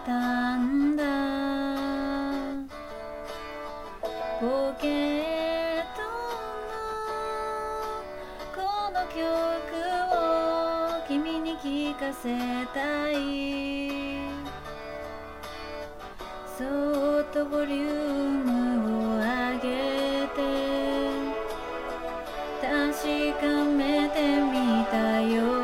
たんだ。ポケットのこの曲を君に聞かせたい。そっとボリュームを上げて確かめてみたよ。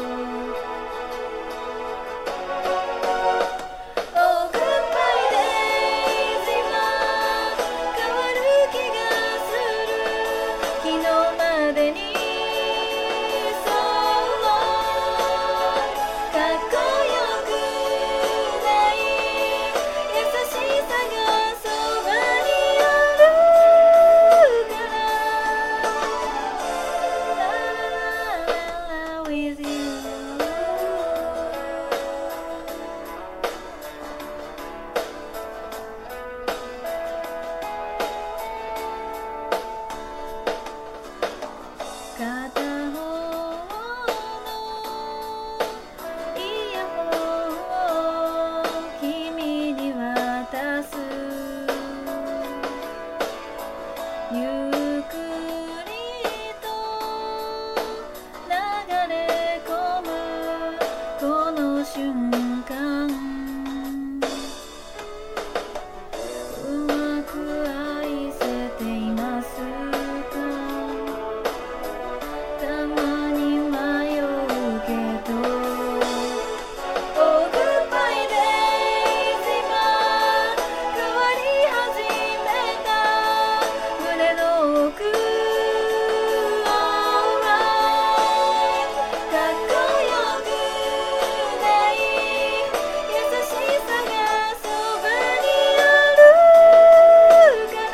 片方のイヤホンを君に渡す。ゆっくりと流れ込むこの瞬間、うまく愛せていますか。たまに迷うけど Oh goodbye days 今変わり始めた胸の奥 Alright かっこよくない優しさがそばにあるから。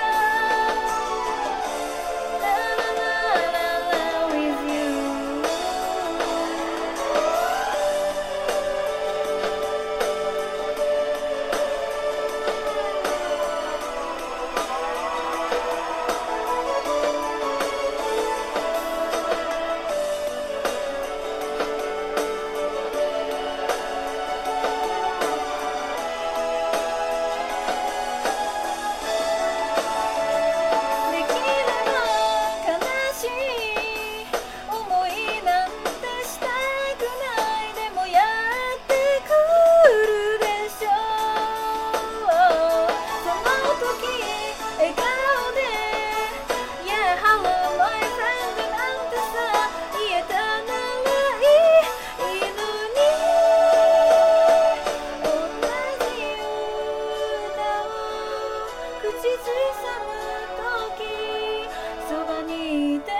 口ずさむときそばにいて